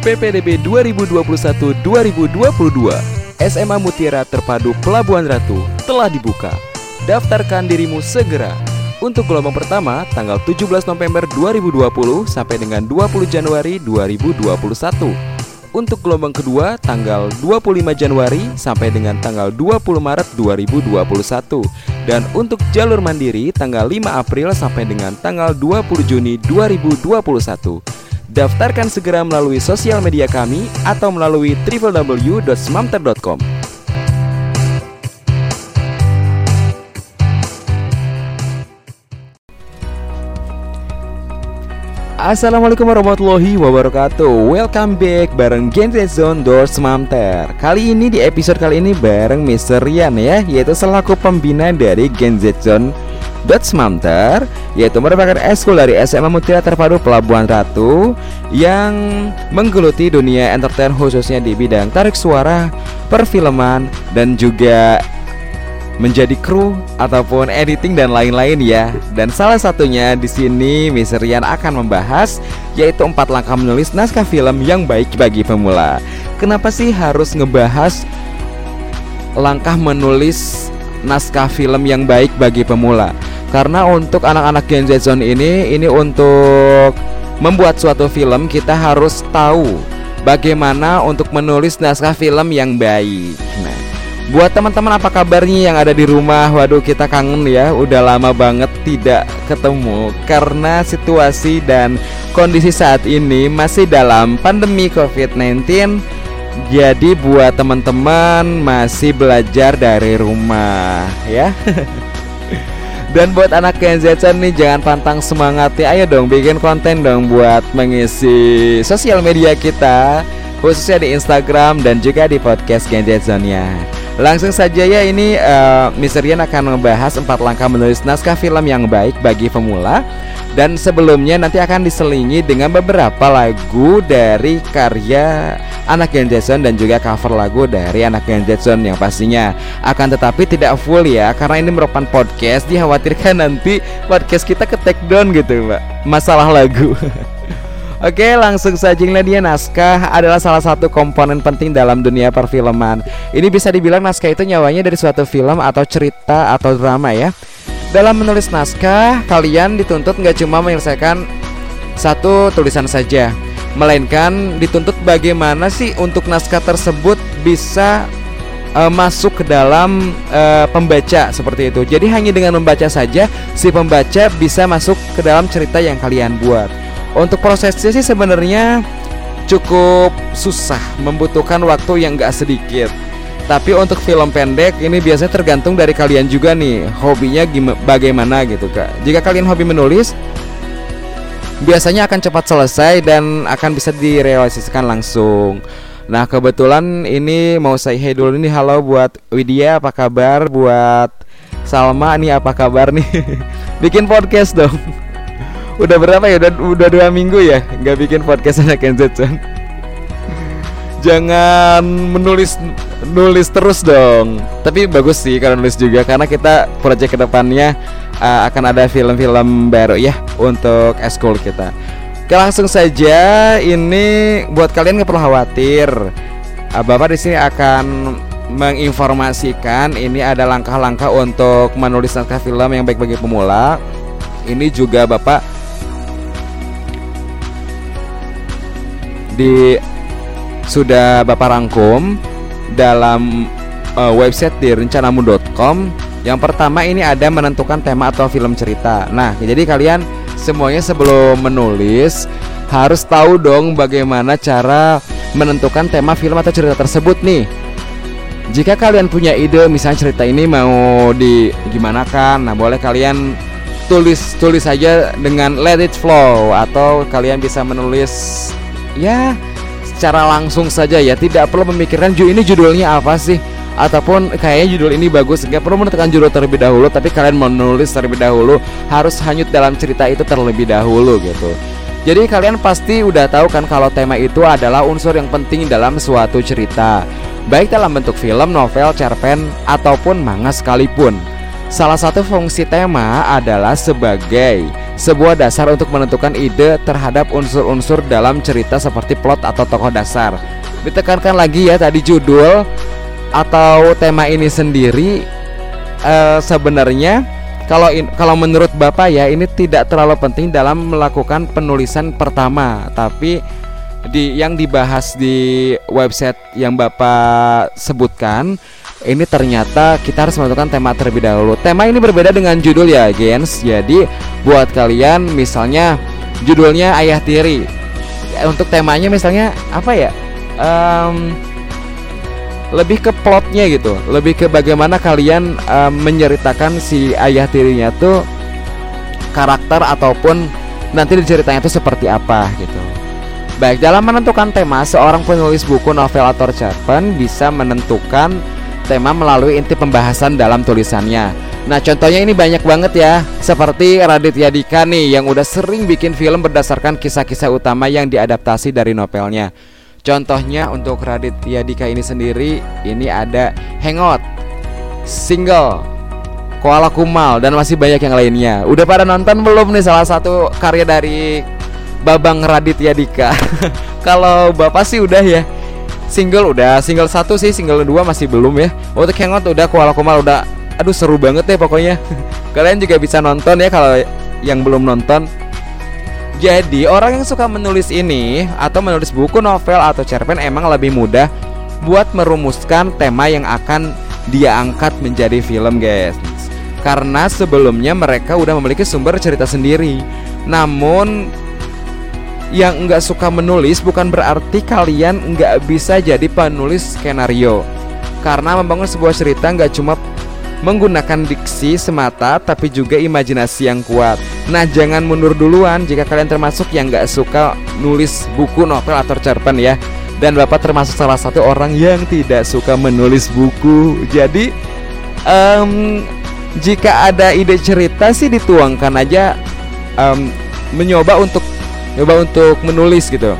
PPDB 2021-2022. SMA Mutiara Terpadu Pelabuhan Ratu telah dibuka. Daftarkan dirimu segera. Untuk gelombang pertama tanggal 17 November 2020 sampai dengan 20 Januari 2021. Untuk gelombang kedua tanggal 25 Januari sampai dengan tanggal 20 Maret 2021. Dan untuk jalur mandiri tanggal 5 April sampai dengan tanggal 20 Juni 2021. Daftarkan segera melalui sosial media kami atau melalui www.smamter.com. Assalamualaikum warahmatullahi wabarakatuh. Welcome back bareng Gen Z Zone Door Smamter. Kali ini di episode kali ini bareng Mr. Rian ya, yaitu selaku pembina dari Gen Z Zone Smamter, yaitu merupakan eskul dari SMA Mutiara Terpadu Pelabuhan Ratu yang menggeluti dunia entertain khususnya di bidang tarik suara, perfilman, dan juga menjadi kru ataupun editing dan lain-lain ya. Dan salah satunya di sini Mr. Rian akan membahas yaitu 4 langkah menulis naskah film yang baik bagi pemula. Kenapa sih harus ngebahas langkah menulis naskah film yang baik bagi pemula? Karena untuk anak-anak Gen Z Zone ini untuk membuat suatu film kita harus tahu bagaimana untuk menulis naskah film yang baik. Nah, buat teman-teman apa kabarnya yang ada di rumah? Waduh, kita kangen ya, udah lama banget tidak ketemu karena situasi dan kondisi saat ini masih dalam pandemi COVID-19. Jadi buat teman-teman masih belajar dari rumah ya. Dan buat anak Gen Z nih jangan pantang semangat ya. Ayo dong bikin konten dong buat mengisi sosial media kita, khususnya di Instagram dan juga di podcast Gen Z Zone-nya. Langsung saja ya, ini Mr. Rian akan membahas 4 langkah menulis naskah film yang baik bagi pemula. Dan sebelumnya nanti akan diselingi dengan beberapa lagu dari karya anak Gen Z Zone dan juga cover lagu dari anak Gen Z Zone yang pastinya akan tetapi tidak full ya, karena ini merupakan podcast. Dikhawatirkan nanti podcast kita ke take down gitu Mbak, masalah lagu. Oke, langsung saja dia. Naskah adalah salah satu komponen penting dalam dunia perfilman. Ini bisa dibilang naskah itu nyawanya dari suatu film atau cerita atau drama ya. Dalam menulis naskah, kalian dituntut gak cuma menyelesaikan satu tulisan saja, melainkan dituntut bagaimana sih untuk naskah tersebut bisa masuk ke dalam pembaca seperti itu. Jadi hanya dengan membaca saja si pembaca bisa masuk ke dalam cerita yang kalian buat. Untuk prosesnya sih sebenarnya cukup susah, membutuhkan waktu yang gak sedikit. Tapi untuk film pendek ini biasanya tergantung dari kalian juga nih, hobinya bagaimana gitu Kak. Jika kalian hobi menulis, biasanya akan cepat selesai dan akan bisa direalisasikan langsung. Nah kebetulan ini mau say hey dulu nih. Halo buat Widya, apa kabar? Buat Salma nih, apa kabar nih? Bikin podcast dong. Udah berapa ya? Udah 2 minggu ya nggak bikin podcast anak Gen Z Zone. Jangan nulis terus dong. Tapi bagus sih kalau nulis juga, karena kita proyek kedepannya akan ada film-film baru ya untuk eskul kita. Oke, langsung saja. Ini buat kalian nggak perlu khawatir. Bapak di sini akan menginformasikan ini ada langkah-langkah untuk menulis naskah film yang baik bagi pemula. Ini juga Bapak sudah Bapak rangkum dalam website di rencanamu.com. Yang pertama ini ada menentukan tema atau film cerita. Nah, jadi kalian semuanya sebelum menulis harus tahu dong bagaimana cara menentukan tema film atau cerita tersebut nih. Jika kalian punya ide misalnya cerita ini mau gimana kan, nah boleh kalian tulis saja dengan let it flow, atau kalian bisa menulis ya secara langsung saja ya, tidak perlu memikirkan ini judulnya apa sih, ataupun kayaknya judul ini bagus. Nggak perlu menentukan judul terlebih dahulu, tapi kalian menulis terlebih dahulu, harus hanyut dalam cerita itu terlebih dahulu gitu. Jadi kalian pasti udah tahu kan kalau tema itu adalah unsur yang penting dalam suatu cerita, baik dalam bentuk film, novel, cerpen, ataupun manga sekalipun. Salah satu fungsi tema adalah sebagai sebuah dasar untuk menentukan ide terhadap unsur-unsur dalam cerita seperti plot atau tokoh dasar. Ditekankan lagi ya tadi judul atau tema ini sendiri sebenarnya kalau menurut Bapak ya ini tidak terlalu penting dalam melakukan penulisan pertama, tapi yang dibahas di website yang Bapak sebutkan ini ternyata kita harus menentukan tema terlebih dahulu. Tema ini berbeda dengan judul ya, gens. Jadi buat kalian misalnya judulnya Ayah Tiri, untuk temanya misalnya apa ya? Lebih ke plotnya gitu, lebih ke bagaimana kalian menceritakan si ayah tirinya tuh karakter ataupun nanti diceritanya tuh seperti apa gitu. Baik, dalam menentukan tema, seorang penulis buku, novel atau cerpen bisa menentukan tema melalui inti pembahasan dalam tulisannya. Nah, contohnya ini banyak banget ya, seperti Raditya Dika nih yang udah sering bikin film berdasarkan kisah-kisah utama yang diadaptasi dari novelnya. Contohnya untuk Raditya Dika ini sendiri, ini ada Hangout, Single, Koala Kumal, dan masih banyak yang lainnya. Udah pada nonton belum nih salah satu karya dari Babang Raditya Dika? Kalau Bapak sih udah ya. Single udah, Single 1 sih, Single 2 masih belum ya. Untuk Hangout udah, Koala Kumal udah. Aduh seru banget deh pokoknya. Kalian juga bisa nonton ya kalau yang belum nonton. Jadi orang yang suka menulis ini atau menulis buku, novel atau cerpen emang lebih mudah buat merumuskan tema yang akan dia angkat menjadi film, guys. Karena sebelumnya mereka udah memiliki sumber cerita sendiri. Namun yang nggak suka menulis bukan berarti kalian nggak bisa jadi penulis skenario. Karena membangun sebuah cerita nggak cuma menggunakan diksi semata, tapi juga imajinasi yang kuat. Nah, jangan mundur duluan jika kalian termasuk yang gak suka nulis buku, novel, atau cerpen ya. Dan Bapak termasuk salah satu orang yang tidak suka menulis buku. Jadi jika ada ide cerita sih dituangkan aja, mencoba untuk menulis gitu.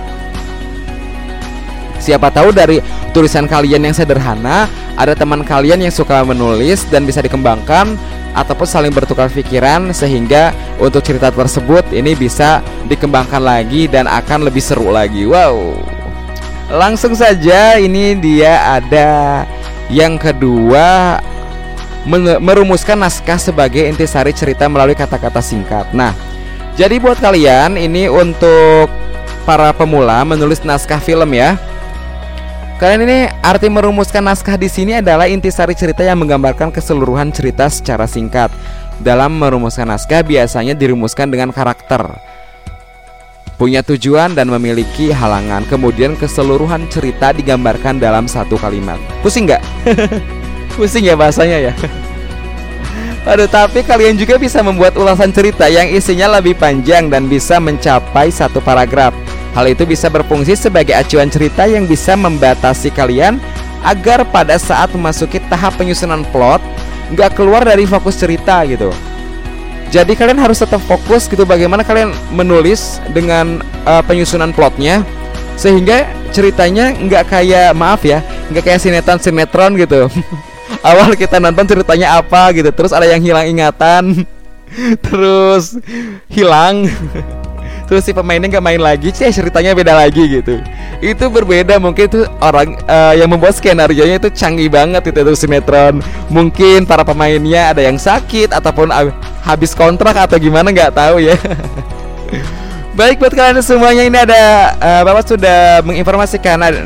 Siapa tahu dari tulisan kalian yang sederhana ada teman kalian yang suka menulis dan bisa dikembangkan ataupun saling bertukar pikiran sehingga untuk cerita tersebut ini bisa dikembangkan lagi dan akan lebih seru lagi. Wow. Langsung saja ini dia ada yang kedua, merumuskan naskah sebagai intisari cerita melalui kata-kata singkat. Nah, jadi buat kalian ini untuk para pemula menulis naskah film ya. Kalian ini arti merumuskan naskah di sini adalah intisari cerita yang menggambarkan keseluruhan cerita secara singkat. Dalam merumuskan naskah biasanya dirumuskan dengan karakter, punya tujuan dan memiliki halangan. Kemudian keseluruhan cerita digambarkan dalam satu kalimat. Pusing nggak? Pusing ya bahasanya ya. Aduh, tapi kalian juga bisa membuat ulasan cerita yang isinya lebih panjang dan bisa mencapai satu paragraf. Hal itu bisa berfungsi sebagai acuan cerita yang bisa membatasi kalian agar pada saat memasuki tahap penyusunan plot nggak keluar dari fokus cerita gitu. Jadi kalian harus tetap fokus gitu bagaimana kalian menulis dengan penyusunan plotnya, sehingga ceritanya nggak kayak, maaf ya, nggak kayak sinetron gitu. Awal kita nonton ceritanya apa gitu, terus ada yang hilang ingatan, terus hilang. Terus si pemainnya nggak main lagi, ceritanya beda lagi gitu. Itu berbeda, mungkin itu orang yang membuat skenario-nya itu canggih banget itu sinetron. Mungkin para pemainnya ada yang sakit ataupun habis kontrak atau gimana, nggak tahu ya. Baik, buat kalian semuanya ini ada Bapak sudah menginformasikan ada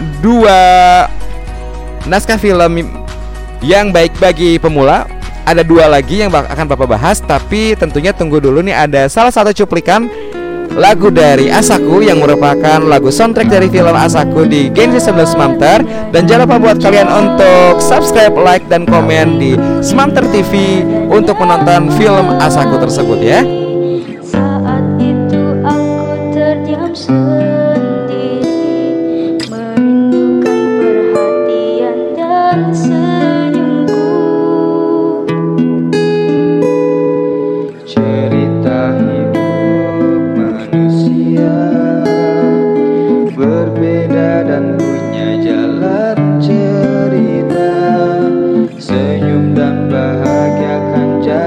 2 naskah film yang baik bagi pemula. Ada 2 lagi yang akan Bapak bahas, tapi tentunya tunggu dulu nih, ada salah satu cuplikan lagu dari Asaku yang merupakan lagu soundtrack dari film Asaku di Genji 19 Smamter. Dan jangan lupa buat kalian untuk subscribe, like, dan komen di Smamter TV untuk menonton film Asaku tersebut ya. Saat itu aku terdiam sendiri, merindukan perhatian dan senyumku. Cerita hidup manusia berbeda dan punya jalan cerita. Senyum dan bahagia kan jadi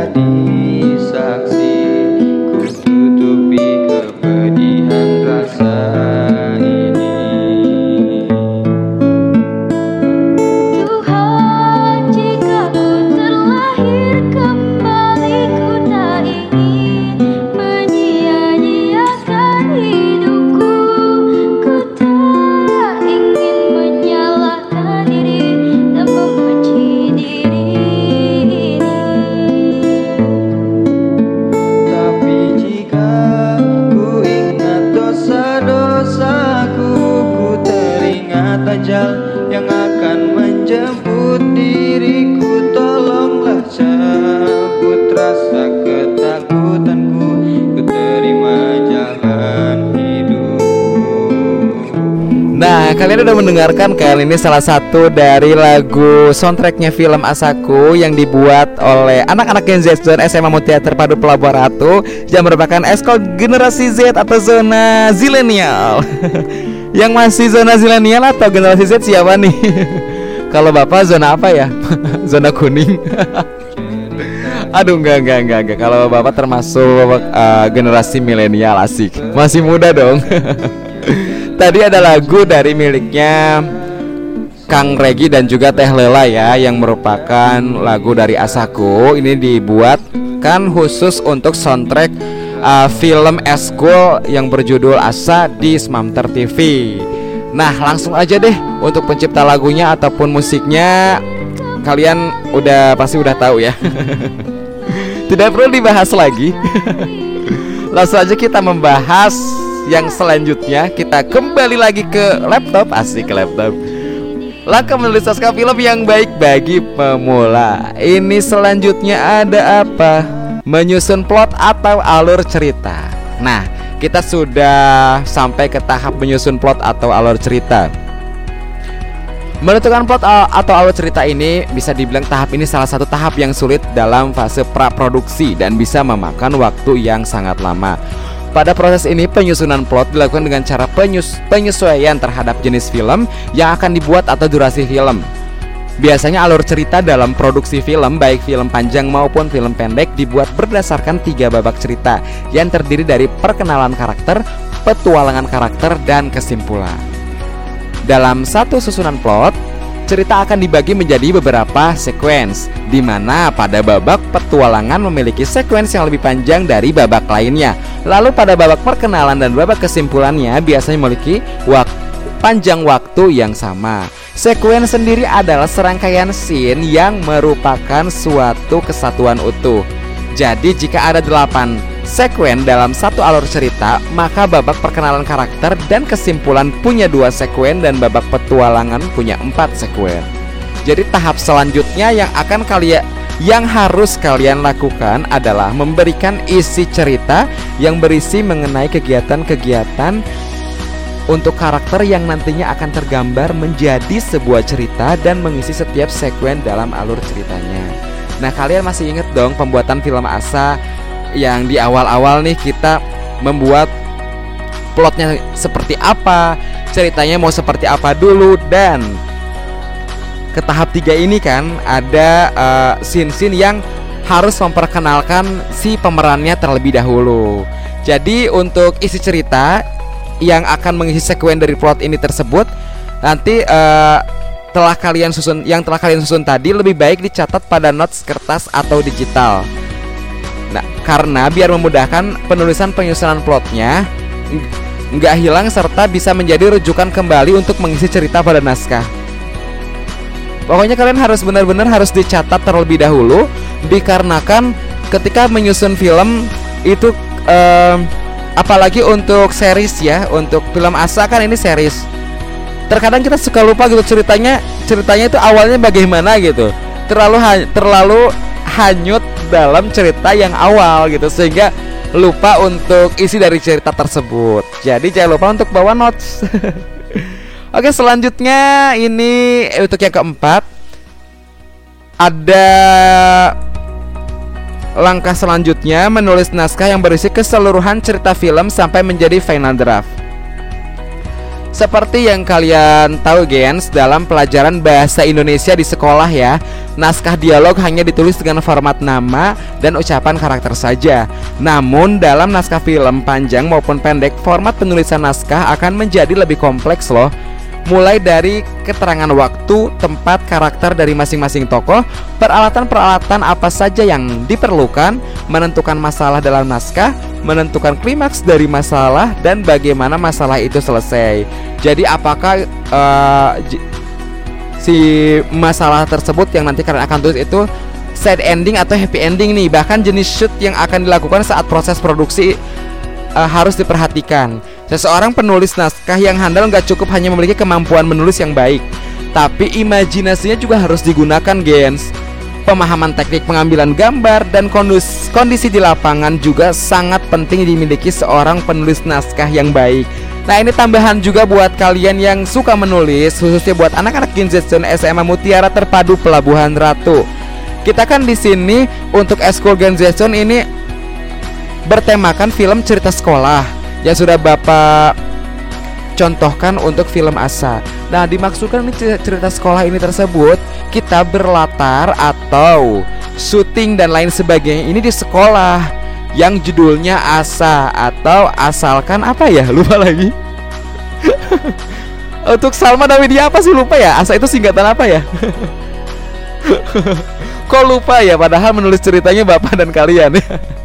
Nah, kalian udah mendengarkan kan, ini salah satu dari lagu soundtracknya film Asako yang dibuat oleh anak-anak Gen Z dan SMA Multitheater Padu Pelabuhan Ratu yang merupakan eskol generasi Z atau zona zilenial. Yang masih zona zilenial atau generasi Z siapa nih? Kalau Bapak zona apa ya? Zona kuning. Aduh, enggak. Kalau Bapak termasuk generasi milenial, asik. Masih muda dong. Tadi ada lagu dari miliknya Kang Regi dan juga Teh Lela ya, yang merupakan lagu dari Asako. Ini dibuatkan khusus untuk soundtrack film eskul yang berjudul Asa di Smamter TV. Nah, langsung aja deh untuk pencipta lagunya ataupun musiknya, kalian pasti udah tahu ya. Tidak perlu dibahas lagi. Langsung aja kita membahas yang selanjutnya. Kita kembali lagi ke laptop, asik laptop. Langkah menulis naskah film yang baik bagi pemula. Ini selanjutnya ada apa? Menyusun plot atau alur cerita. Nah, kita sudah sampai ke tahap menyusun plot atau alur cerita. Menentukan plot atau alur cerita ini bisa dibilang tahap ini salah satu tahap yang sulit dalam fase praproduksi dan bisa memakan waktu yang sangat lama. Pada proses ini penyusunan plot dilakukan dengan cara penyesuaian terhadap jenis film yang akan dibuat atau durasi film. Biasanya alur cerita dalam produksi film, baik film panjang maupun film pendek, dibuat berdasarkan 3 babak cerita yang terdiri dari perkenalan karakter, petualangan karakter, dan kesimpulan. Dalam satu susunan plot, cerita akan dibagi menjadi beberapa sequence, di mana pada babak petualangan memiliki sequence yang lebih panjang dari babak lainnya. Lalu pada babak perkenalan dan babak kesimpulannya biasanya memiliki panjang waktu yang sama. Sequence sendiri adalah serangkaian scene yang merupakan suatu kesatuan utuh. Jadi jika ada 8 sekuen dalam satu alur cerita, maka babak perkenalan karakter dan kesimpulan punya 2 sekuen dan babak petualangan punya 4 sekuen. Jadi tahap selanjutnya yang harus kalian lakukan adalah memberikan isi cerita yang berisi mengenai kegiatan-kegiatan untuk karakter yang nantinya akan tergambar menjadi sebuah cerita dan mengisi setiap sekuen dalam alur ceritanya. Nah, kalian masih ingat dong pembuatan film Asa yang di awal-awal nih kita membuat plotnya seperti apa, ceritanya mau seperti apa dulu, dan ke tahap 3 ini kan ada scene-scene yang harus memperkenalkan si pemerannya terlebih dahulu. Jadi untuk isi cerita yang akan mengisi sekuen dari plot ini tersebut nanti telah kalian susun tadi lebih baik dicatat pada notes kertas atau digital. Nah, karena biar memudahkan penulisan penyusunan plotnya nggak hilang serta bisa menjadi rujukan kembali untuk mengisi cerita pada naskah. Pokoknya kalian harus benar-benar harus dicatat terlebih dahulu, dikarenakan ketika menyusun film itu apalagi untuk series ya, untuk film Asa kan ini series. Terkadang kita suka lupa gitu ceritanya itu awalnya bagaimana gitu. Terlalu hanyut dalam cerita yang awal gitu, sehingga lupa untuk isi dari cerita tersebut. Jadi jangan lupa untuk bawa notes. Oke, selanjutnya ini untuk yang keempat, ada langkah selanjutnya menulis naskah yang berisi keseluruhan cerita film sampai menjadi final draft. Seperti yang kalian tahu gens, dalam pelajaran bahasa Indonesia di sekolah ya, naskah dialog hanya ditulis dengan format nama dan ucapan karakter saja. Namun dalam naskah film panjang maupun pendek, format penulisan naskah akan menjadi lebih kompleks loh. Mulai dari keterangan waktu, tempat, karakter dari masing-masing tokoh, peralatan-peralatan apa saja yang diperlukan, menentukan masalah dalam naskah, menentukan klimaks dari masalah, dan bagaimana masalah itu selesai. Jadi apakah si masalah tersebut yang nanti kalian akan tulis itu sad ending atau happy ending nih. Bahkan jenis shoot yang akan dilakukan saat proses produksi harus diperhatikan. Seseorang penulis naskah yang handal gak cukup hanya memiliki kemampuan menulis yang baik, tapi imajinasinya juga harus digunakan gens. Pemahaman teknik pengambilan gambar dan kondisi di lapangan juga sangat penting dimiliki seorang penulis naskah yang baik. Nah, ini tambahan juga buat kalian yang suka menulis, khususnya buat anak-anak Gen Z Zone SMA Mutiara Terpadu Pelabuhan Ratu. Kita kan di sini untuk Eskul Gen Z Zone ini bertemakan film cerita sekolah yang sudah Bapak contohkan untuk film Asa. Nah, dimaksudkan ini cerita sekolah ini tersebut kita berlatar atau syuting dan lain sebagainya ini di sekolah yang judulnya Asa atau asalkan apa ya, lupa lagi. Untuk Salma dan Widya apa sih, lupa ya. Asa itu singkatan apa ya? Kok lupa ya, padahal menulis ceritanya Bapak dan kalian.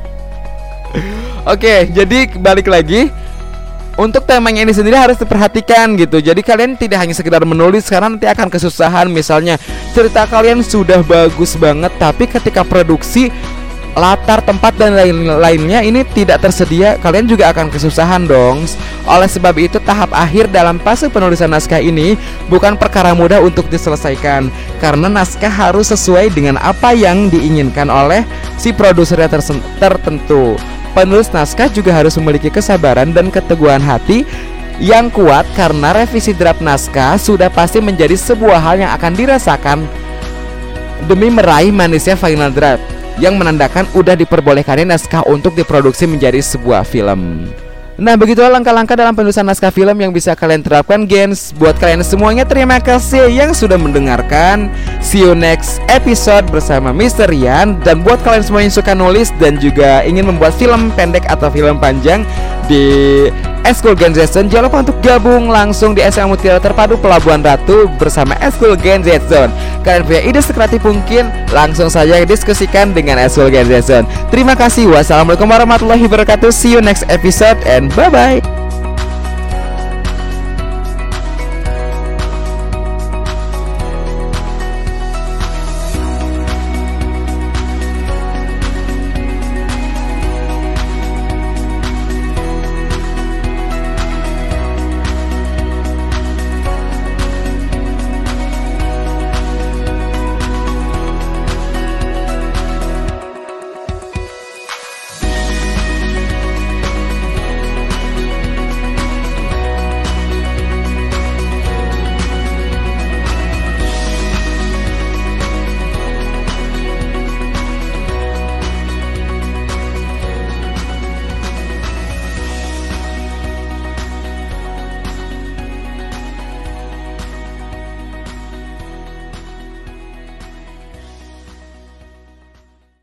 Oke, jadi balik lagi. Untuk temanya ini sendiri harus diperhatikan gitu. Jadi kalian tidak hanya sekedar menulis, karena nanti akan kesusahan. Misalnya cerita kalian sudah bagus banget, tapi ketika produksi latar tempat dan lain-lainnya ini tidak tersedia, kalian juga akan kesusahan dong. Oleh sebab itu tahap akhir dalam fase penulisan naskah ini bukan perkara mudah untuk diselesaikan, karena naskah harus sesuai dengan apa yang diinginkan oleh si produsernya tertentu. Penulis naskah juga harus memiliki kesabaran dan keteguhan hati yang kuat, karena revisi draft naskah sudah pasti menjadi sebuah hal yang akan dirasakan demi meraih manisnya final draft, yang menandakan udah diperbolehkannya naskah untuk diproduksi menjadi sebuah film. Nah, begitulah langkah-langkah dalam penulisan naskah film yang bisa kalian terapkan, gens. Buat kalian semuanya, terima kasih yang sudah mendengarkan. See you next episode bersama Mr. Rian. Dan buat kalian semua yang suka nulis dan juga ingin membuat film pendek atau film panjang di Eskul Gen Z Zone, jangan lupa untuk gabung langsung di SMA Mutiara Terpadu Pelabuhan Ratu bersama Eskul Gen Z Zone. Kalian punya ide sekreatif mungkin, langsung saja diskusikan dengan Eskul Gen Z Zone. Terima kasih. Wassalamualaikum warahmatullahi wabarakatuh. See you next episode and bye-bye.